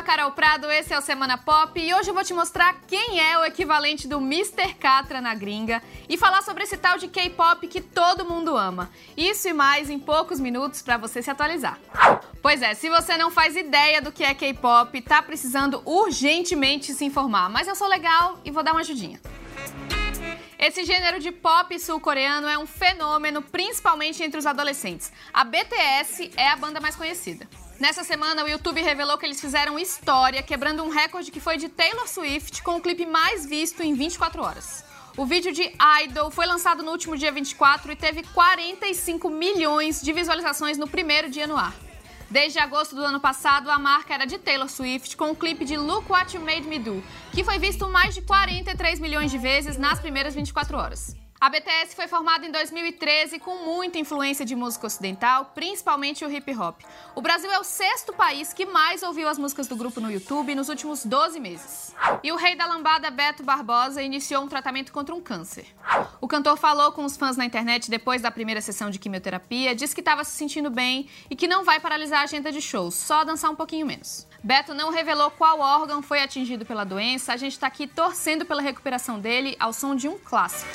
Carol Prado, esse é o Semana Pop e hoje eu vou te mostrar quem é o equivalente do Mr. Catra na gringa e falar sobre esse tal de K-pop que todo mundo ama. Isso e mais em poucos minutos pra você se atualizar. Pois é, se você não faz ideia do que é K-pop, tá precisando urgentemente se informar, mas eu sou legal e vou dar uma ajudinha. Esse gênero de pop sul-coreano é um fenômeno, principalmente entre os adolescentes. A BTS é a banda mais conhecida. Nessa semana, o YouTube revelou que eles fizeram história, quebrando um recorde que foi de Taylor Swift, com o clipe mais visto em 24 horas. O vídeo de Idol foi lançado no último dia 24 e teve 45 milhões de visualizações no primeiro dia no ar. Desde agosto do ano passado, a marca era de Taylor Swift com o clipe de Look What You Made Me Do, que foi visto mais de 43 milhões de vezes nas primeiras 24 horas. A BTS foi formada em 2013 com muita influência de música ocidental, principalmente o hip hop. O Brasil é o 6º país que mais ouviu as músicas do grupo no YouTube nos últimos 12 meses. E o rei da lambada, Beto Barbosa, iniciou um tratamento contra um câncer. O cantor falou com os fãs na internet depois da primeira sessão de quimioterapia, disse que estava se sentindo bem e que não vai paralisar a agenda de shows, só dançar um pouquinho menos. Beto não revelou qual órgão foi atingido pela doença, a gente está aqui torcendo pela recuperação dele ao som de um clássico.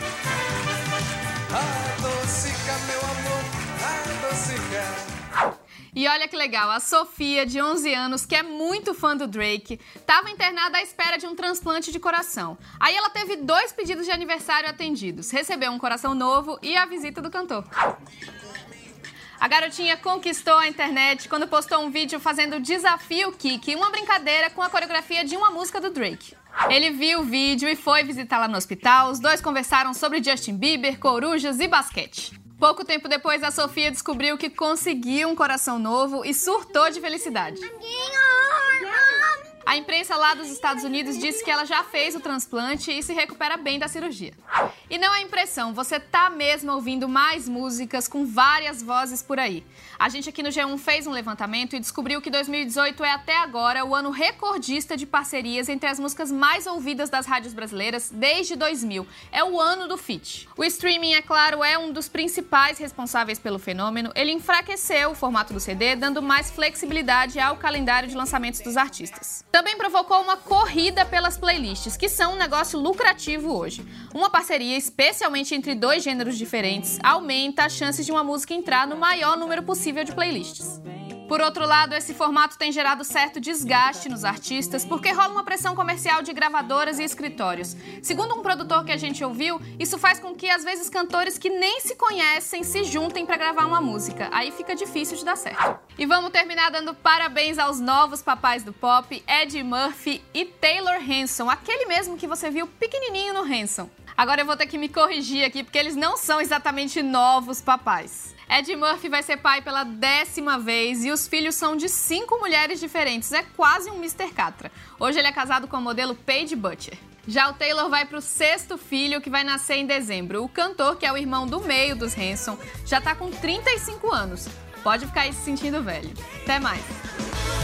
Adocica, meu amor, adocica. E olha que legal, a Sofia, de 11 anos, que é muito fã do Drake, estava internada à espera de um transplante de coração. Aí ela teve 2 pedidos de aniversário atendidos, recebeu um coração novo e a visita do cantor. A garotinha conquistou a internet quando postou um vídeo fazendo o Desafio Kiki, uma brincadeira com a coreografia de uma música do Drake. Ele viu o vídeo e foi visitá-la no hospital, os dois conversaram sobre Justin Bieber, corujas e basquete. Pouco tempo depois, a Sofia descobriu que conseguiu um coração novo e surtou de felicidade. A imprensa lá dos Estados Unidos disse que ela já fez o transplante e se recupera bem da cirurgia. E não é impressão, você tá mesmo ouvindo mais músicas com várias vozes por aí. A gente aqui no G1 fez um levantamento e descobriu que 2018 é até agora o ano recordista de parcerias entre as músicas mais ouvidas das rádios brasileiras desde 2000. É o ano do feat. O streaming, é claro, é um dos principais responsáveis pelo fenômeno. Ele enfraqueceu o formato do CD, dando mais flexibilidade ao calendário de lançamentos dos artistas. Também provocou uma corrida pelas playlists, que são um negócio lucrativo hoje. Uma parceria, especialmente entre 2 gêneros diferentes, aumenta as chances de uma música entrar no maior número possível de playlists. Por outro lado, esse formato tem gerado certo desgaste nos artistas, porque rola uma pressão comercial de gravadoras e escritórios. Segundo um produtor que a gente ouviu, isso faz com que, às vezes, cantores que nem se conhecem se juntem para gravar uma música. Aí fica difícil de dar certo. E vamos terminar dando parabéns aos novos papais do pop, Eddie Murphy e Taylor Hanson, aquele mesmo que você viu pequenininho no Hanson. Agora eu vou ter que me corrigir aqui, porque eles não são exatamente novos papais. Eddie Murphy vai ser pai pela 10ª vez e os filhos são de 5 mulheres diferentes. É quase um Mr. Catra. Hoje ele é casado com a modelo Paige Butcher. Já o Taylor vai pro 6º filho, que vai nascer em dezembro. O cantor, que é o irmão do meio dos Hanson, já tá com 35 anos. Pode ficar aí se sentindo velho. Até mais!